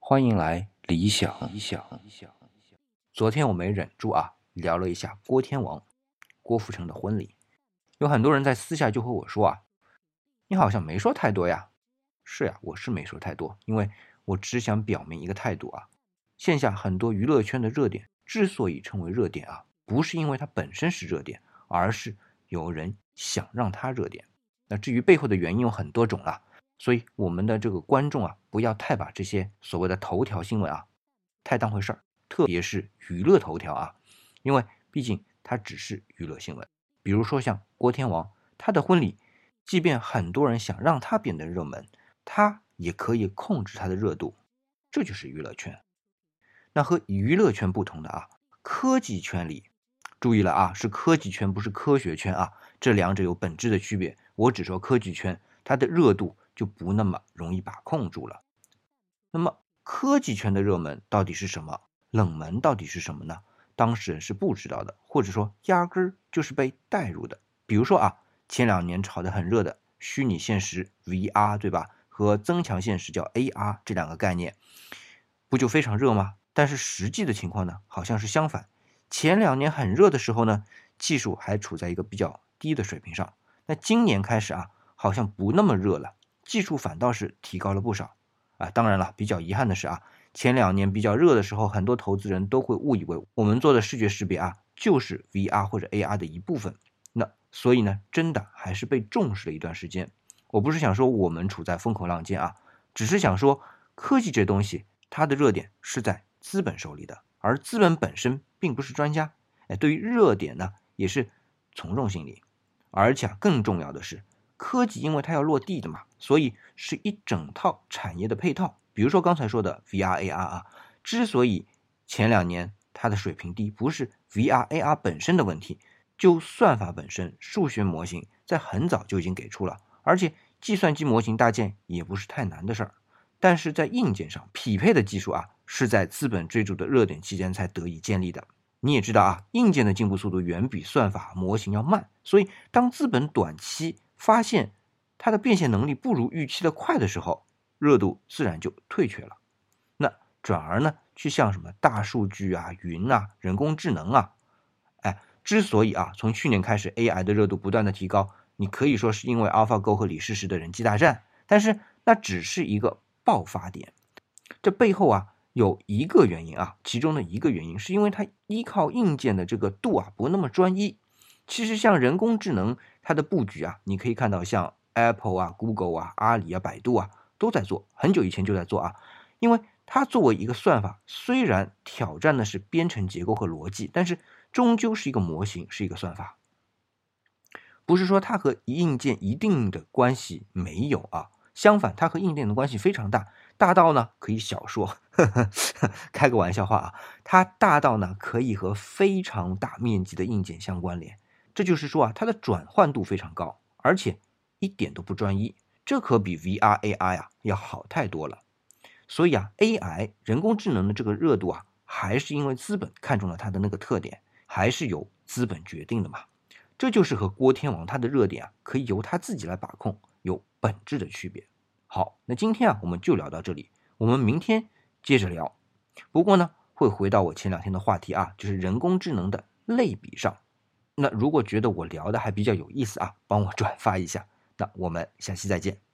欢迎来理想。昨天我没忍住聊了一下郭天王郭富城的婚礼，有很多人在私下就和我说你好像没说太多呀。是呀，我是没说太多，因为我只想表明一个态度线下很多娱乐圈的热点之所以成为热点不是因为它本身是热点，而是有人想让它热点。那至于背后的原因有很多种所以我们的这个观众不要太把这些所谓的头条新闻太当回事儿，特别是娱乐头条因为毕竟它只是娱乐新闻。比如说像郭天王他的婚礼，即便很多人想让他变得热门，他也可以控制他的热度，这就是娱乐圈。那和娱乐圈不同的科技圈里，注意了是科技圈，不是科学圈这两者有本质的区别。我只说科技圈，它的热度就不那么容易把控住了。那么科技圈的热门到底是什么？冷门到底是什么呢？当事人是不知道的，或者说压根儿就是被带入的。比如说前2年炒得很热的虚拟现实 VR 对吧，和增强现实叫 AR 这两个概念，不就非常热吗？但是实际的情况呢，好像是相反。前2年很热的时候呢，技术还处在一个比较低的水平上。那今年开始好像不那么热了，技术反倒是提高了不少当然了，比较遗憾的是前2年比较热的时候，很多投资人都会误以为我们做的视觉识别就是 VR 或者 AR 的一部分。那所以呢，真的还是被重视了一段时间。我不是想说我们处在风口浪尖只是想说科技这东西它的热点是在资本手里的，而资本本身并不是专家，对于热点呢也是从众心理。而且更重要的是，科技因为它要落地的嘛，所以是一整套产业的配套。比如说刚才说的 VR AR 之所以前2年它的水平低，不是 VR AR 本身的问题，就算法本身数学模型在很早就已经给出了，而且计算机模型搭建也不是太难的事儿。但是在硬件上匹配的技术是在资本追逐的热点期间才得以建立的。你也知道硬件的进步速度远比算法模型要慢，所以当资本短期发现它的变现能力不如预期的快的时候，热度自然就退却了。那转而呢，去像什么大数据云人工智能之所以从去年开始 AI 的热度不断的提高，你可以说是因为 AlphaGo 和李世石的人机大战，但是那只是一个爆发点。这背后有一个原因其中的一个原因是因为它依靠硬件的这个度不那么专一。其实像人工智能它的布局你可以看到像 Apple Google 阿里百度都在做，很久以前就在做因为它作为一个算法，虽然挑战的是编程结构和逻辑，但是终究是一个模型，是一个算法。不是说它和硬件一定的关系没有相反，它和硬件的关系非常大，大到呢可以小说开个玩笑话它大到呢可以和非常大面积的硬件相关联。这就是说它的转换度非常高，而且一点都不专一，这可比 VR AI 要好太多了。所以AI 人工智能的这个热度还是因为资本看中了它的那个特点，还是由资本决定的嘛。这就是和郭天王他的热点可以由他自己来把控有本质的区别。好，那今天我们就聊到这里，我们明天接着聊。不过呢，会回到我前2天的话题就是人工智能的类比上。那如果觉得我聊的还比较有意思帮我转发一下。那我们下期再见。